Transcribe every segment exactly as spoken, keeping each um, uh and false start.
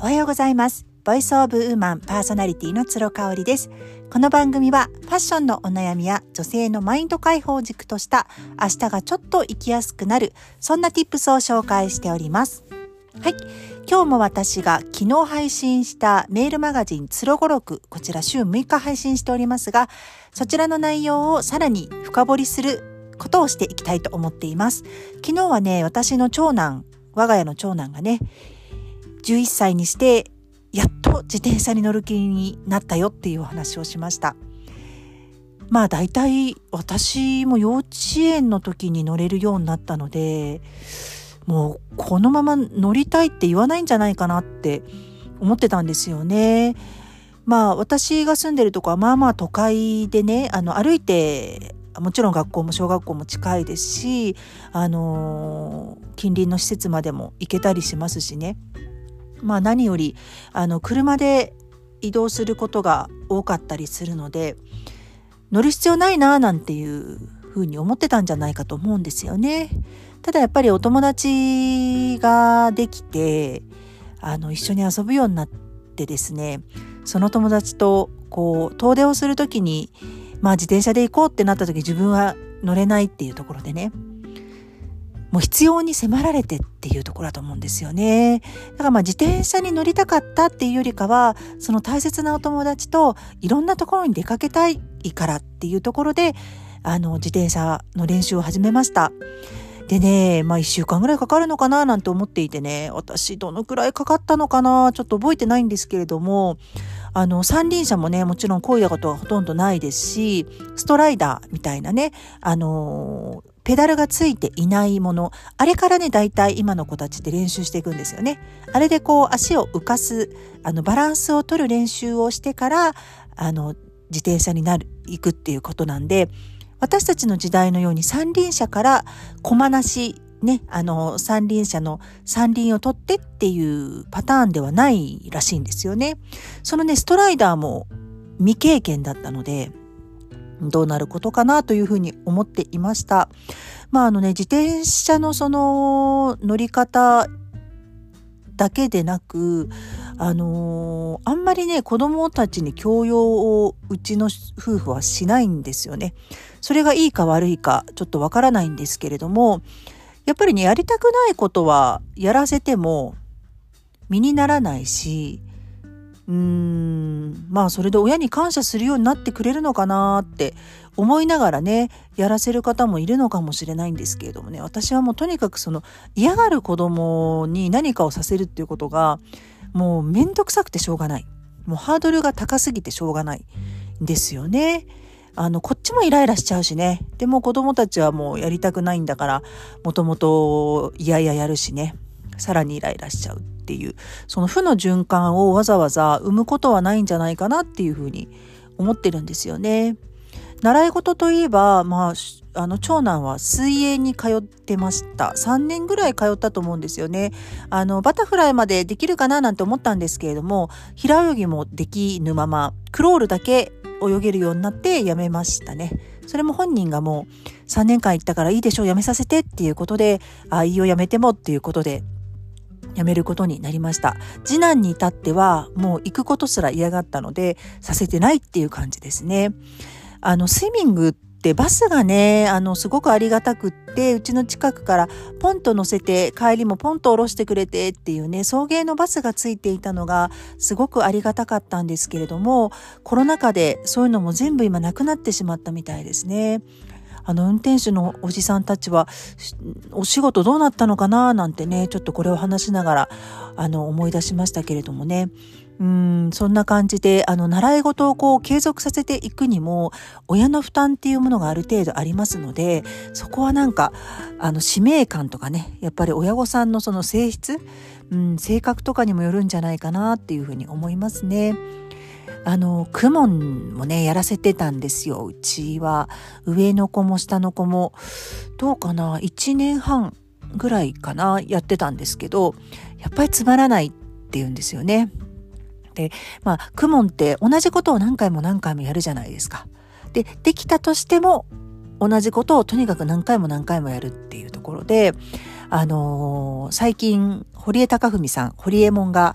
はようございます。ボイスオブウーマンパーソナリティのつろかおりです。この番組はファッションのお悩みや女性のマインド解放を軸とした明日がちょっと生きやすくなる、そんな tips を紹介しております。はい、今日も私が昨日配信したメールマガジンつろごろく、こちら週むいか配信しておりますが、そちらの内容をさらに深掘りすることをしていきたいと思っています。昨日はね、私の長男、我が家の長男がね、じゅういっさいにしてやっと自転車に乗る気になったよっていうお話をしました。まあ大体私も幼稚園の時に乗れるようになったので、もうこのまま乗りたいって言わないんじゃないかなって思ってたんですよね。まあ私が住んでるとこはまあまあ都会でね、あの歩いてもちろん学校も小学校も近いですし、あのー、近隣の施設までも行けたりしますしね。まあ何よりあの車で移動することが多かったりするので、乗る必要ないななんていうふうに思ってたんじゃないかと思うんですよね。ただやっぱりお友達ができて、あの一緒に遊ぶようになってですね、その友達とこう遠出をするときに、まあ自転車で行こうってなったとき自分は乗れないっていうところでね、もう必要に迫られてっていうところだと思うんですよね。だからまあ自転車に乗りたかったっていうよりかは、その大切なお友達といろんなところに出かけたいからっていうところで、あの自転車の練習を始めました。でね、まあいっしゅうかんぐらいかかるのかななんて思っていてね、私どのくらいかかったのかなちょっと覚えてないんですけれども、あの三輪車もね、もちろん漕いだことはほとんどないですし、ストライダーみたいなね、あのー、ペダルがついていないもの、あれからね、だいたい今の子たちって練習していくんですよね。あれでこう足を浮かす、あのバランスを取る練習をしてから、あの自転車になる、行くっていうことなんで、私たちの時代のように三輪車から駒なし、ね、あの三輪車の三輪を取ってっていうパターンではないらしいんですよね。そのね、ストライダーも未経験だったので、どうなることかなというふうに思っていました。まああのね、自転車のその乗り方だけでなく、あのー、あんまりね、子供たちに強要をうちの夫婦はしないんですよね。それがいいか悪いかちょっとわからないんですけれども、やっぱりね、やりたくないことはやらせても身にならないし、うーん、まあそれで親に感謝するようになってくれるのかなって思いながらね、やらせる方もいるのかもしれないんですけれどもね、私はもうとにかくその嫌がる子供に何かをさせるっていうことがもうめんどくさくてしょうがない。もうハードルが高すぎてしょうがないんですよね。あのこっちもイライラしちゃうしね。でも子供たちはもうやりたくないんだから、もともといやいややるしね、さらにイライラしちゃうっていう、その負の循環をわざわざ生むことはないんじゃないかなっていうふうに思ってるんですよね。習い事といえば、まあ、あの長男は水泳に通ってました。さんねんぐらい通ったと思うんですよね。あのバタフライまでできるかななんて思ったんですけれども、平泳ぎもできぬままクロールだけ泳げるようになってやめましたね。それも本人がもうさんねんかん行ったからいいでしょう、やめさせてっていうことで、あ、いいよやめてもっていうことでやめることになりました。次男に至ってはもう行くことすら嫌がったのでさせてないっていう感じですね。あのスイミングってバスがね、あのすごくありがたくって、うちの近くからポンと乗せて帰りもポンと降ろしてくれてっていうね、送迎のバスがついていたのがすごくありがたかったんですけれども、コロナ禍でそういうのも全部今なくなってしまったみたいですね。あの運転手のおじさんたちはお仕事どうなったのかななんてね、ちょっとこれを話しながらあの思い出しましたけれどもね。うーん、そんな感じであの習い事をこう継続させていくにも親の負担っていうものがある程度ありますので、そこはなんかあの使命感とかね、やっぱり親御さんのその性質、うん、性格とかにもよるんじゃないかなっていうふうに思いますね。あのクモンもねやらせてたんですよ。うちは上の子も下の子もどうかないちねんはんぐらいかなやってたんですけど、やっぱりつまらないっていうんですよね。で、まあクモンって同じことを何回も何回もやるじゃないですか。で、できたとしても同じことをとにかく何回も何回もやるっていうところで、あのー、最近堀江貴文さん、ホリエモンが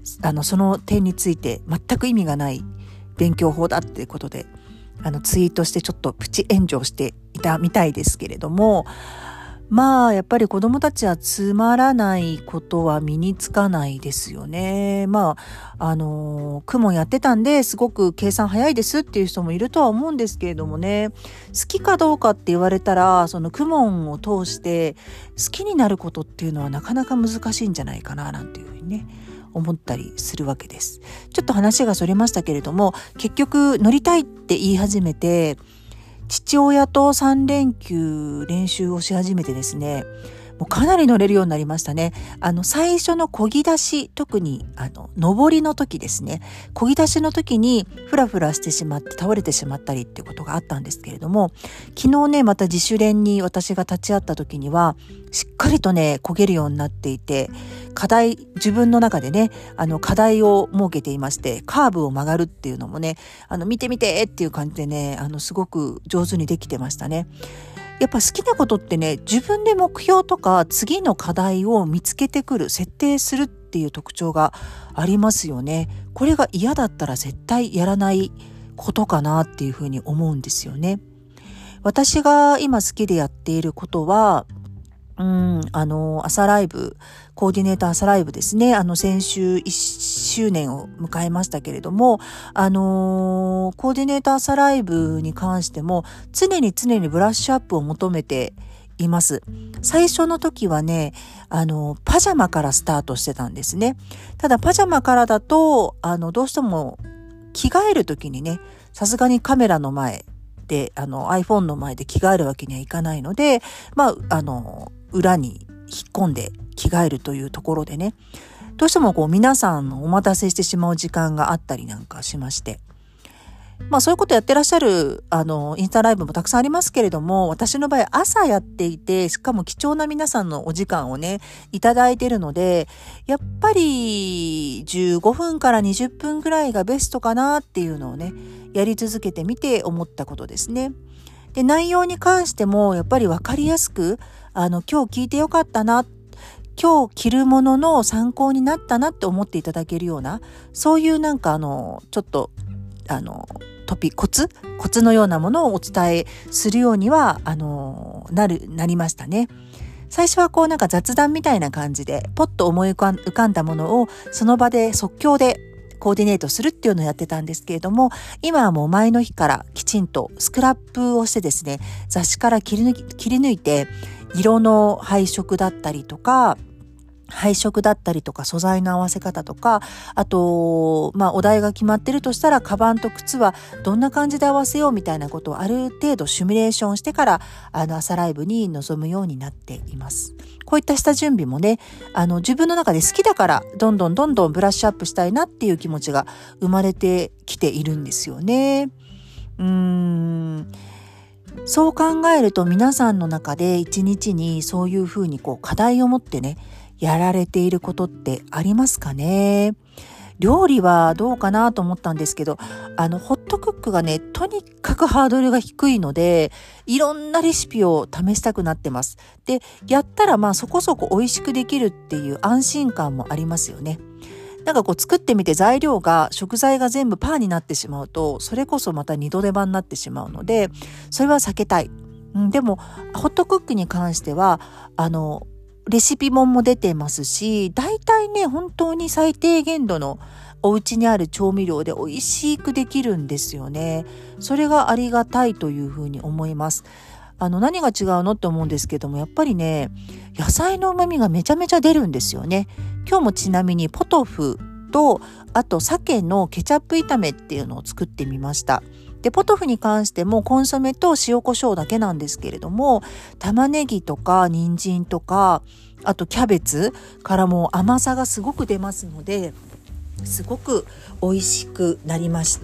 あのその点について全く意味がない勉強法だっていうことであのツイートしてちょっとプチ炎上していたみたいですけれども、まあやっぱり子どもたちはつまらないことは身につかないですよね。まああの公文やってたんですごく計算早いですっていう人もいるとは思うんですけれどもね、好きかどうかって言われたらその公文を通して好きになることっていうのはなかなか難しいんじゃないかななんていうふうにね思ったりするわけです。ちょっと話がそれましたけれども、結局乗りたいって言い始めて父親とさん連休練習をし始めてですね、もうかなり乗れるようになりましたね。あの最初の漕ぎ出し、特にあの上りの時ですね、漕ぎ出しの時にフラフラしてしまって倒れてしまったりっていうことがあったんですけれども、昨日ねまた自主練に私が立ち会った時にはしっかりとね漕げるようになっていて、課題自分の中でねあの課題を設けていまして、カーブを曲がるっていうのもねあの見て見てっていう感じでねあのすごく上手にできてましたね。やっぱ好きなことってね、自分で目標とか次の課題を見つけてくる、設定するっていう特徴がありますよね。これが嫌だったら絶対やらないことかなっていうふうに思うんですよね。私が今好きでやっていることはうん、あの、朝ライブ、コーディネーター朝ライブですね。あの、先週いっしゅうねんを迎えましたけれども、あの、コーディネーター朝ライブに関しても、常に常にブラッシュアップを求めています。最初の時はね、あの、パジャマからスタートしてたんですね。ただ、パジャマからだと、あの、どうしても着替える時にね、さすがにカメラの前で、あの、iPhone の前で着替えるわけにはいかないので、まあ、あの、裏に引っ込んで着替えるというところでね、どうしてもこう皆さんお待たせしてしまう時間があったりなんかしまして、まあそういうことやってらっしゃるあのインスタライブもたくさんありますけれども、私の場合朝やっていて、しかも貴重な皆さんのお時間をねいただいているので、やっぱりじゅうごふんからにじゅっぷんぐらいがベストかなっていうのをねやり続けてみて思ったことですね。で、内容に関してもやっぱり分かりやすく、あの今日聞いてよかったな、今日着るものの参考になったなって思っていただけるような、そういうなんかあのちょっとあのトピコツコツのようなものをお伝えするようにはあのなるなりましたね。最初はこうなんか雑談みたいな感じでポッと思い浮かん、浮かんだものをその場で即興でコーディネートするっていうのをやってたんですけれども、今はもう前の日からきちんとスクラップをしてですね、雑誌から切り抜き、切り抜いて色の配色だったりとか配色だったりとか素材の合わせ方とか、あとまあお題が決まってるとしたらカバンと靴はどんな感じで合わせようみたいなことをある程度シミュレーションしてからあの朝ライブに臨むようになっています。こういった下準備もね、あの自分の中で好きだからどんどんどんどんブラッシュアップしたいなっていう気持ちが生まれてきているんですよね。うーんそう考えると皆さんの中で一日にそういうふうにこう課題を持ってねやられていることってありますかね。料理はどうかなと思ったんですけど、あのホットクックがねとにかくハードルが低いので、いろんなレシピを試したくなってます。で、やったらまあそこそこ美味しくできるっていう安心感もありますよね。なんかこう作ってみて材料が食材が全部パーになってしまうと、それこそまた二度手間になってしまうので、それは避けたい。うん、でもホットクックに関してはあのレシピ本も出てますし、大体ね本当に最低限度のお家にある調味料で美味しくできるんですよね。それがありがたいというふうに思います。あの何が違うのって思うんですけども、やっぱりね野菜の旨味がめちゃめちゃ出るんですよね。今日もちなみにポトフとあと鮭のケチャップ炒めっていうのを作ってみました。でポトフに関してもコンソメと塩コショウだけなんですけれども、玉ねぎとか人参とかあとキャベツからも甘さがすごく出ますので、すごく美味しくなりました。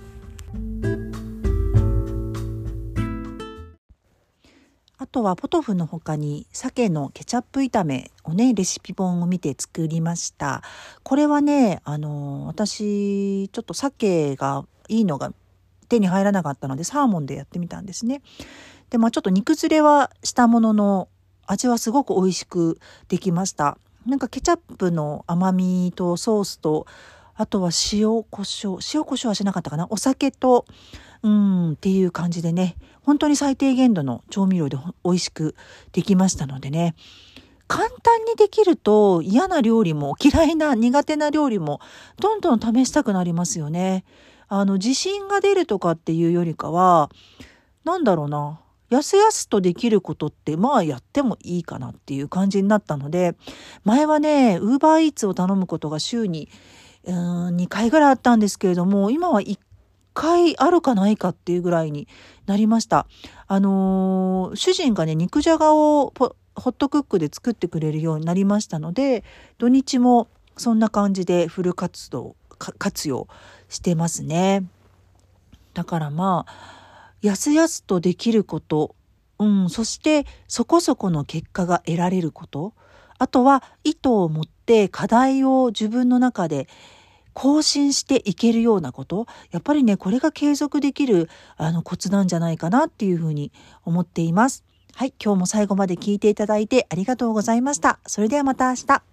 あとはポトフの他に鮭のケチャップ炒めをねレシピ本を見て作りました。これはねあの私ちょっと鮭がいいのが手に入らなかったのでサーモンでやってみたんですね。でまあちょっと煮崩れはしたものの味はすごく美味しくできました。 なんかケチャップの甘みとソースと、あとは塩コショウ、塩コショウはしなかったかな、お酒と、うんっていう感じでね、本当に最低限度の調味料で美味しくできましたのでね、簡単にできると嫌な料理も嫌いな苦手な料理もどんどん試したくなりますよね。あの自信が出るとかっていうよりかは、なんだろうな、やすやすとできることってまあやってもいいかなっていう感じになったので、前はねウーバーイーツを頼むことが週にうーんにかいぐらいあったんですけれども、今はいっかいあるかないかっていうぐらいになりました。あのー主人がね肉じゃがをポホットクックで作ってくれるようになりましたので、土日もそんな感じでフル活動か活用してますね。だからまあやすやすとできること、うん、そしてそこそこの結果が得られること、あとは意図を持って課題を自分の中で更新していけるようなこと、やっぱりねこれが継続できるあのコツなんじゃないかなっていうふうに思っています。はい、今日も最後まで聞いていただいてありがとうございました。それではまた明日。